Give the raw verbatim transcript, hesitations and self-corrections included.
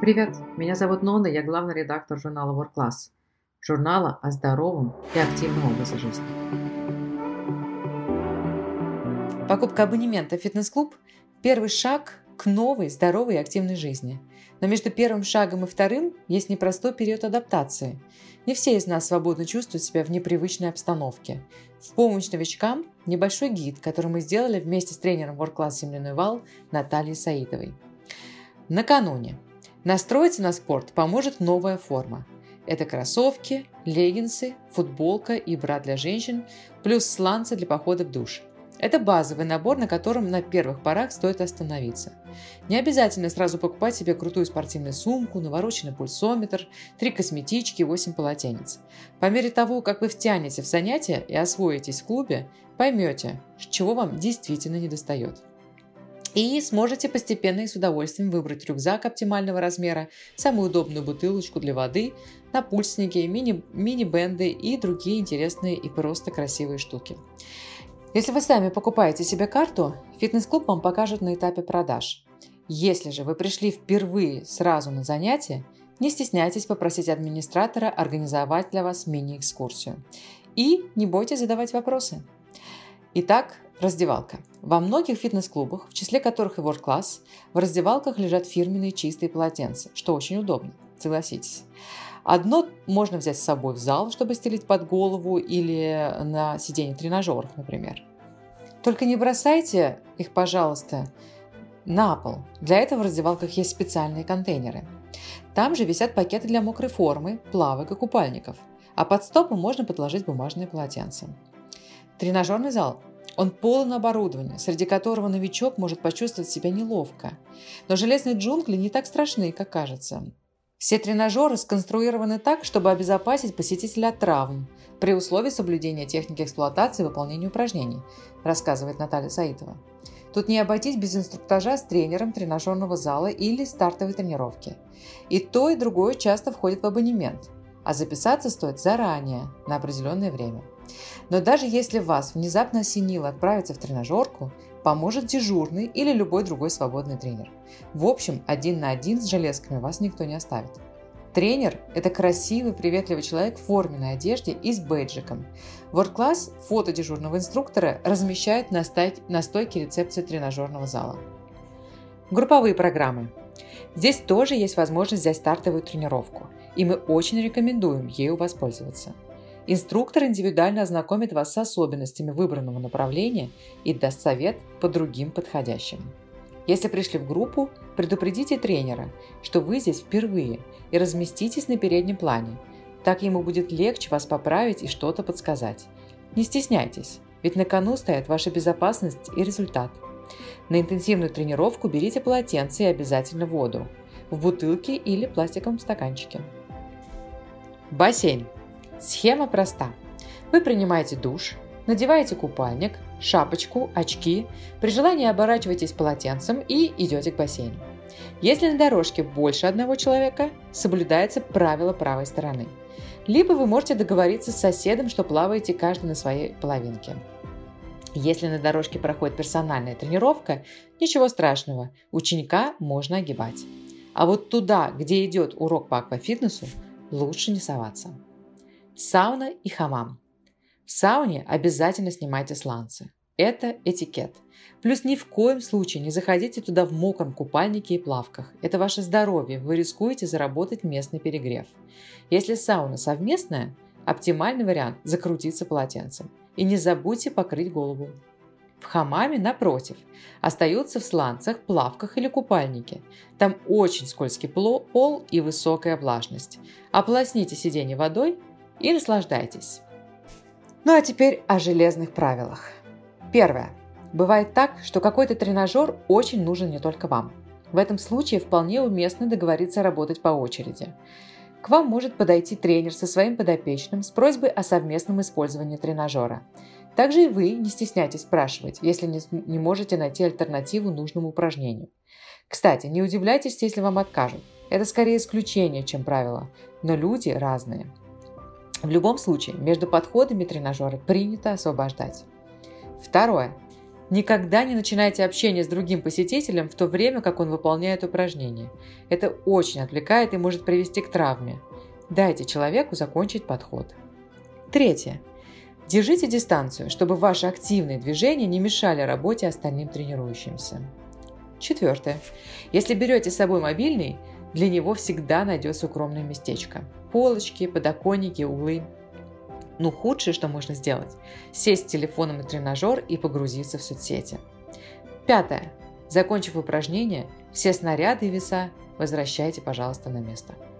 Привет, меня зовут Нона, я главный редактор журнала Work Class, журнала о здоровом и активном образе жизни. Покупка абонемента в фитнес-клуб – первый шаг к новой, здоровой и активной жизни. Но между первым шагом и вторым есть непростой период адаптации. Не все из нас свободно чувствуют себя в непривычной обстановке. В помощь новичкам – небольшой гид, который мы сделали вместе с тренером Work Class «Земляной вал» Натальей Саидовой. Накануне. Настроиться на спорт поможет новая форма. Это кроссовки, леггинсы, футболка и бра для женщин, плюс сланцы для похода в душ. Это базовый набор, на котором на первых порах стоит остановиться. Не обязательно сразу покупать себе крутую спортивную сумку, навороченный пульсометр, три косметички, восемь полотенец. По мере того, как вы втянете в занятия и освоитесь в клубе, поймете, чего вам действительно недостает. И сможете постепенно и с удовольствием выбрать рюкзак оптимального размера, самую удобную бутылочку для воды, напульсники, мини- мини-бенды и другие интересные и просто красивые штуки. Если вы сами покупаете себе карту, фитнес-клуб вам покажет на этапе продаж. Если же вы пришли впервые сразу на занятие, не стесняйтесь попросить администратора организовать для вас мини-экскурсию. И не бойтесь задавать вопросы. Итак, раздевалка. Во многих фитнес-клубах, в числе которых и Work Class, в раздевалках лежат фирменные чистые полотенца, что очень удобно, согласитесь. Одно можно взять с собой в зал, чтобы стелить под голову или на сиденье тренажеров, например. Только не бросайте их, пожалуйста, на пол. Для этого в раздевалках есть специальные контейнеры. Там же висят пакеты для мокрой формы, плавок и купальников, а под стопы можно подложить бумажные полотенца. Тренажерный зал. Он полон оборудования, среди которого новичок может почувствовать себя неловко. Но железные джунгли не так страшны, как кажется. Все тренажеры сконструированы так, чтобы обезопасить посетителя от травм при условии соблюдения техники эксплуатации и выполнения упражнений, рассказывает Наталья Саидова. Тут не обойтись без инструктажа с тренером тренажерного зала или стартовой тренировки. И то, и другое часто входит в абонемент, а записаться стоит заранее, на определенное время. Но даже если вас внезапно осенило отправиться в тренажерку, поможет дежурный или любой другой свободный тренер. В общем, один на один с железками вас никто не оставит. Тренер – это красивый, приветливый человек в форменной одежде и с бейджиком. Work Class фото дежурного инструктора размещает на, стай- на стойке рецепции тренажерного зала. Групповые программы. Здесь тоже есть возможность взять стартовую тренировку, и мы очень рекомендуем ею воспользоваться. Инструктор индивидуально ознакомит вас с особенностями выбранного направления и даст совет по другим подходящим. Если пришли в группу, предупредите тренера, что вы здесь впервые, и разместитесь на переднем плане. Так ему будет легче вас поправить и что-то подсказать. Не стесняйтесь, ведь на кону стоят ваша безопасность и результат. На интенсивную тренировку берите полотенце и обязательно воду в бутылке или пластиковом стаканчике. Бассейн. Схема проста. Вы принимаете душ, надеваете купальник, шапочку, очки, при желании оборачиваетесь полотенцем и идете к бассейну. Если на дорожке больше одного человека, соблюдается правило правой стороны. Либо вы можете договориться с соседом, что плаваете каждый на своей половинке. Если на дорожке проходит персональная тренировка, ничего страшного, ученика можно огибать. А вот туда, где идет урок по аквафитнесу, лучше не соваться. Сауна и хамам. В сауне обязательно снимайте сланцы. Это этикет. Плюс ни в коем случае не заходите туда в мокром купальнике и плавках. Это ваше здоровье, вы рискуете заработать местный перегрев. Если сауна совместная, оптимальный вариант – закрутиться полотенцем. И не забудьте покрыть голову. В хамаме, напротив, остаются в сланцах, плавках или купальнике. Там очень скользкий пол и высокая влажность. Ополосните сиденье водой и наслаждайтесь. Ну а теперь о железных правилах. Первое. Бывает так, что какой-то тренажер очень нужен не только вам. В этом случае вполне уместно договориться работать по очереди. К вам может подойти тренер со своим подопечным с просьбой о совместном использовании тренажера. Также и вы не стесняйтесь спрашивать, если не, не можете найти альтернативу нужному упражнению. Кстати, не удивляйтесь, если вам откажут. Это скорее исключение, чем правило, но люди разные. В любом случае, между подходами тренажера принято освобождать. Второе. Никогда не начинайте общение с другим посетителем в то время, как он выполняет упражнение. Это очень отвлекает и может привести к травме. Дайте человеку закончить подход. Третье. Держите дистанцию, чтобы ваши активные движения не мешали работе остальным тренирующимся. Четвертое. Если берете с собой мобильный, для него всегда найдется укромное местечко. Полочки, подоконники, углы. Ну, худшее, что можно сделать – сесть с телефоном на тренажер и погрузиться в соцсети. Пятое. Закончив упражнение, все снаряды и веса возвращайте, пожалуйста, на место.